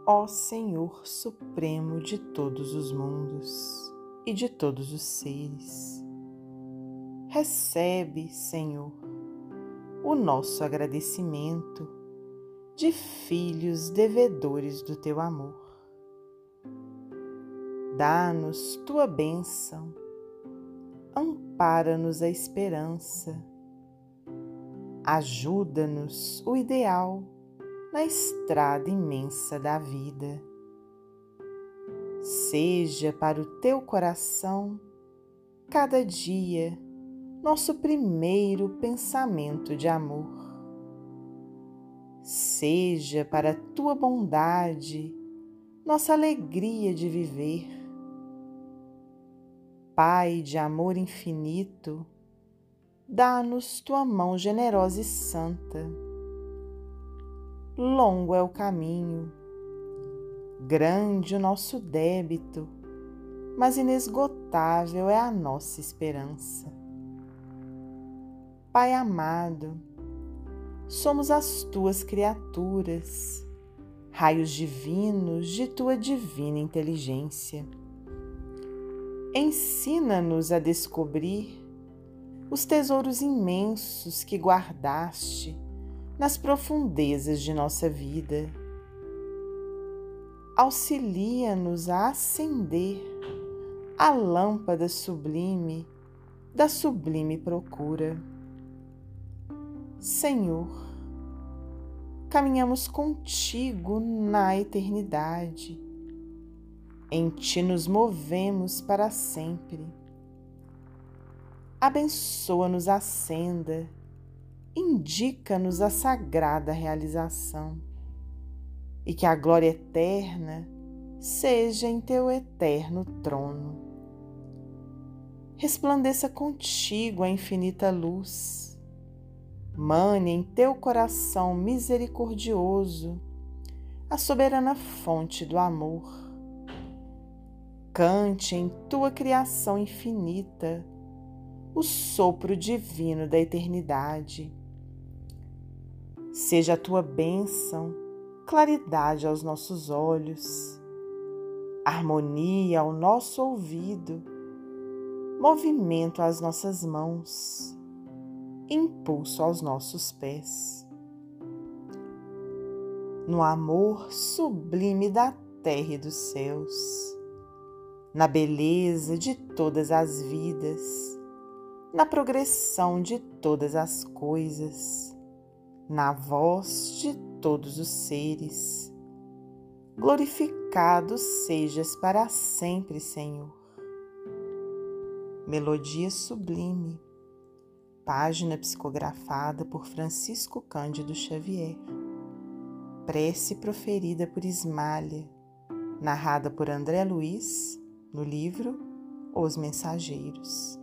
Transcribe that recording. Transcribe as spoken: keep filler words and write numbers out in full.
ó Senhor Supremo de todos os mundos e de todos os seres. Recebe, Senhor, o nosso agradecimento de filhos devedores do Teu amor. Dá-nos Tua bênção, ampara-nos a esperança, ajuda-nos o ideal na estrada imensa da vida. Seja para o Teu coração, cada dia, nosso primeiro pensamento de amor. Seja para a Tua bondade, nossa alegria de viver. Pai de amor infinito, dá-nos Tua mão generosa e santa. Longo é o caminho, grande o nosso débito, mas inesgotável é a nossa esperança. Pai amado, somos as Tuas criaturas, raios divinos de Tua divina inteligência. Ensina-nos a descobrir os tesouros imensos que guardaste nas profundezas de nossa vida. Auxilia-nos a acender a lâmpada sublime da sublime procura. Senhor, caminhamos contigo na eternidade. Em Ti nos movemos para sempre. Abençoa-nos a senda, indica-nos a sagrada realização, e que a glória eterna seja em Teu eterno trono. Resplandeça contigo a infinita luz, mane em Teu coração misericordioso a soberana fonte do amor. Cante em Tua criação infinita o sopro divino da eternidade. Seja a Tua bênção claridade aos nossos olhos, harmonia ao nosso ouvido, movimento às nossas mãos, impulso aos nossos pés. No amor sublime da terra e dos céus, na beleza de todas as vidas, na progressão de todas as coisas, na voz de todos os seres, glorificado sejas para sempre, Senhor. Melodia sublime, página psicografada por Francisco Cândido Xavier, prece proferida por Ismália, narrada por André Luiz, no livro Os Mensageiros.